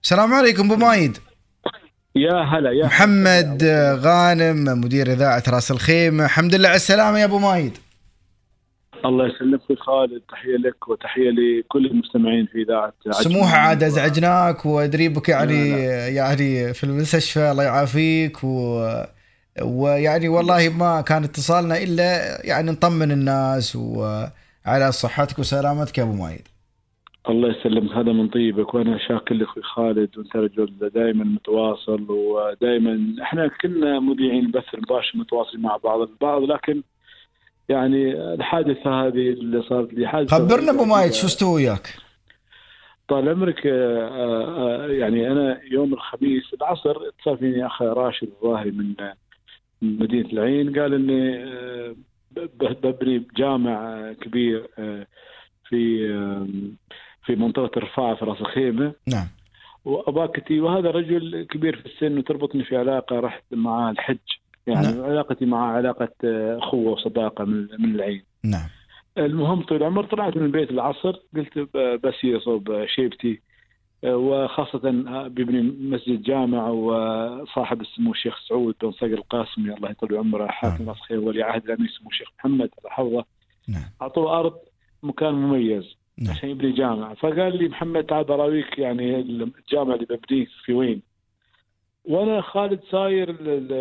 السلام عليكم ابو مايد. يا هلا يا محمد غانم مدير اذاعه راس الخيمه. الحمد لله على السلامه يا ابو مايد. الله يسلمك اخوي خالد، تحيه لك وتحيه لكل المستمعين في اذاعه سموحه عاد ازعجناك وادري بك يعني. لا لا. يعني في المستشفى الله يعافيك ويعني والله ما كان اتصالنا الا يعني نطمن الناس وعلى صحتك وسلامتك يا ابو مايد. الله يسلمك، هذا من طيبك، وانا شاكر لك اخوي خالد، وانت رجل دائما متواصل، ودائما احنا كنا مذيعين بث المباشر متواصلين مع بعض البعض، لكن يعني الحادثه هذه اللي صارت لي حادثه. خبرنا ابو مايد شو استوى وياك؟ طال عمرك. يعني انا يوم الخميس العصر اتصل فيني اخ راشد الظاهري من مدينه العين، قال اني ببني جامع كبير في في منطقة الرفاعة في راس الخيمة. نعم. وأباكتي، وهذا رجل كبير في السن وتربطني في علاقة، رحت معاه الحج يعني. نعم. علاقتي معاه علاقة أخوة وصداقة من العين. نعم. المهم طول العمر طلعت من البيت العصر، قلت بسير صوب شيبتي، وخاصة بابني مسجد جامع، وصاحب السمو الشيخ سعود بن صقر القاسمي الله يطول عمره حاكم راس الخيمة ولي عهد الأمير سمو الشيخ محمد الله يحفظه. نعم. أعطوه أرض مكان مميز. نعم. عشان يبني جامعة، فقال لي محمد تعال براويك يعني الجامعة اللي ببنيه في وين. وأنا خالد ساير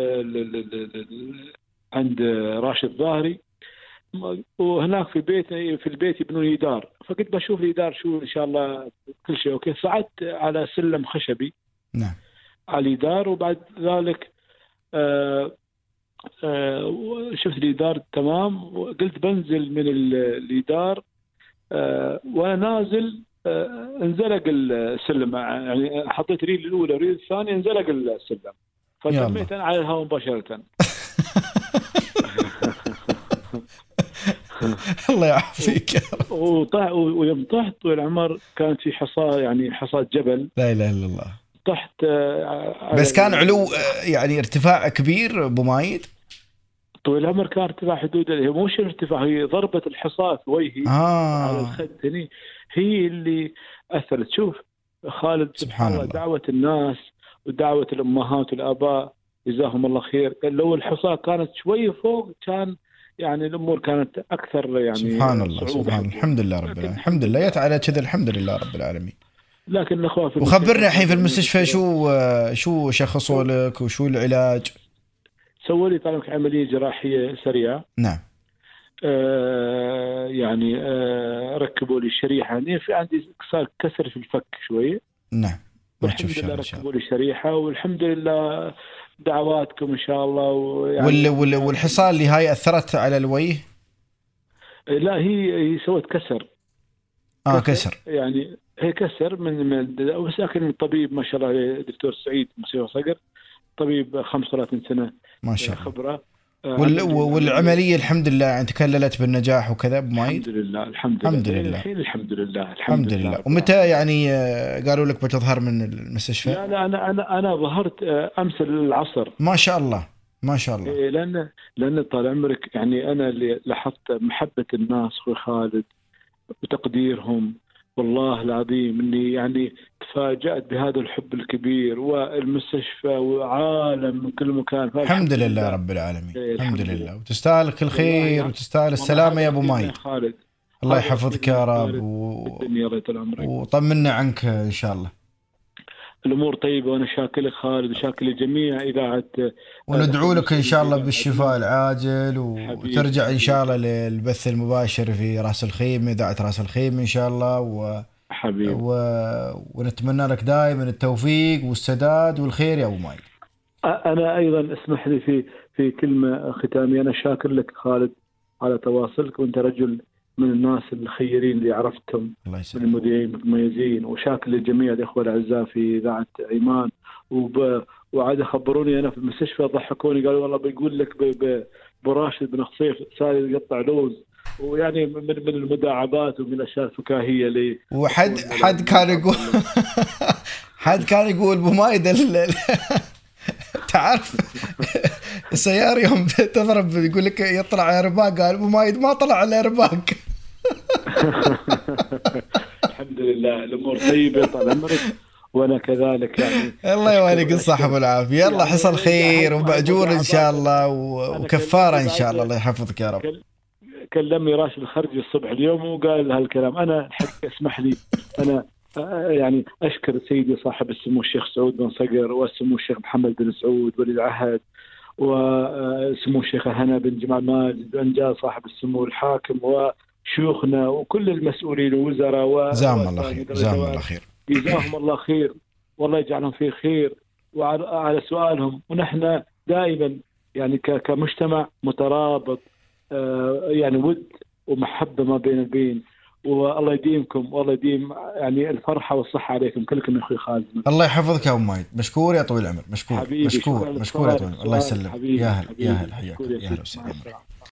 عند راشد ظاهري، وهناك في البيت يبنون لي دار، فقلت بشوف لي دار شو إن شاء الله كل شيء أوكي. صعدت على سلم خشبي. نعم. على دار، وبعد ذلك شفت لي دار تمام، وقلت بنزل من الإدار. وانا نازل انزلق السلم، يعني حطيت ريل الاولى وريل الثانيه، انزلق السلم، فتميت انا على الهواء مباشره. الله يعافيك. ويوم طحت طول العمر كانت في حصاه، يعني حصاه جبل. لا اله الا الله. طحت بس كان علو يعني ارتفاع كبير ابو مايد. طول العمر كان ارتفاع حدود، هي مش ارتفاع، هي ضربة الحصاة في وجهي على الخد هني هي اللي أثرت. شوف خالد، سبحان الله، دعوة الناس ودعوة الأمهات والآباء جزاهم الله خير. لو الحصاة كانت شوي فوق كان يعني الأمور كانت أكثر يعني. سبحان الله سبحان الله. الحمد لله رب العالمين، الحمد لله يتعالى كذا، الحمد لله رب العالمين. لكن أخوة وخبرنا الحين في المستشفى شو شخصوا لك وشو العلاج؟ سووا لي طبعا عملية جراحية سريعة. نعم. يعني ركبوا لي شريحة، يعني في عندي كسر في الفك شوية. نعم. والحمد لله ركبوا لي شريحة، والحمد لله دعواتكم إن شاء الله. والحصان اللي هاي أثرت على الوجه؟ لا، هي سوت كسر. كسر يعني هي كسر من بس لكن الطبيب ما شاء الله دكتور سعيد مستشفى صقر، طبيب 35 سنة ما شاء الله خبرة. والعملية الحمد لله يعني تكللت بالنجاح وكذا بمايد. الحمد لله الحمد لله الحين الحمد لله. ومتى يعني قالوا لك بتظهر من المستشفى؟ لا أنا ظهرت أمس العصر. ما شاء الله ما شاء الله. لأن طال عمرك يعني أنا اللي لاحظت محبة الناس أخوي خالد وتقديرهم، والله العظيم اني يعني تفاجأت بهذا الحب الكبير، والمستشفى وعالم من كل مكان. الحمد لله رب العالمين. الحمد لله، وتستاهل كل خير وتستاهل السلامة يا ابو مايد. الله يحفظك يا رب وطمنا عنك ان شاء الله. الامور طيبه، وانا شاكر لك خالد وشاكر لجميع اذاعه، وندعو لك ان شاء الله بالشفاء العاجل، وترجع ان شاء الله للبث المباشر في راس الخيمة، اذاعه راس الخيمة ان شاء الله. ونتمنى لك دائما التوفيق والسداد والخير يا ابو مايد. انا ايضا اسمح لي في كلمه ختاميه. انا شاكر لك خالد على تواصلك، وانت رجل من الناس الخيرين اللي عرفتهم من المذيعين المميزين، وشاكر لجميع الإخوة الأعزاء في إذاعة عمان. وعاد خبروني أنا في المستشفى، ضحكوني قالوا والله بيقول لك براشد بن خصيف سالي يقطع لوز، ويعني من المداعبات ومن الأشياء الفكاهية لي. حد كان يقول حد كان يقول أبو مايد تعرف السيارة يوم تضرب يقول لك يطلع على رباق، قال أبو مايد ما طلع على رباق. الحمد لله الأمور طيبة طال عمرك. وانا كذلك يعني. الله يواليك الصحة والعافية. يلا حصل خير ومأجور ان شاء الله وكفارة ان شاء الله. الله يحفظك يا رب. كلمني راشد الخرجي الصبح اليوم وقال هالكلام. انا الحقيقة اسمح لي انا يعني اشكر سيدي صاحب السمو الشيخ سعود بن صقر والسمو الشيخ محمد بن سعود ولي العهد وسمو الشيخ هنا بن جمال ماجد وانجاز صاحب السمو الحاكم وشيوخنا وكل المسؤولين الوزراء جزاهم الله خير. جزاهم الله خير. جزاهم الله خير والله يجعلهم في خير وعلى سؤالهم. ونحن دائما يعني كمجتمع مترابط يعني ود ومحبة ما بين البين. والله يديمكم والله يديم يعني الفرحة والصحة عليكم كلكم يا أخوي خالد. الله يحفظك يا أم مايد. مشكور يا طويل العمر. مشكور. حبيبي مشكور يا طويل العمر. الله يسلم. يا هلا يا هلا. حياك يا هلا وسهلا.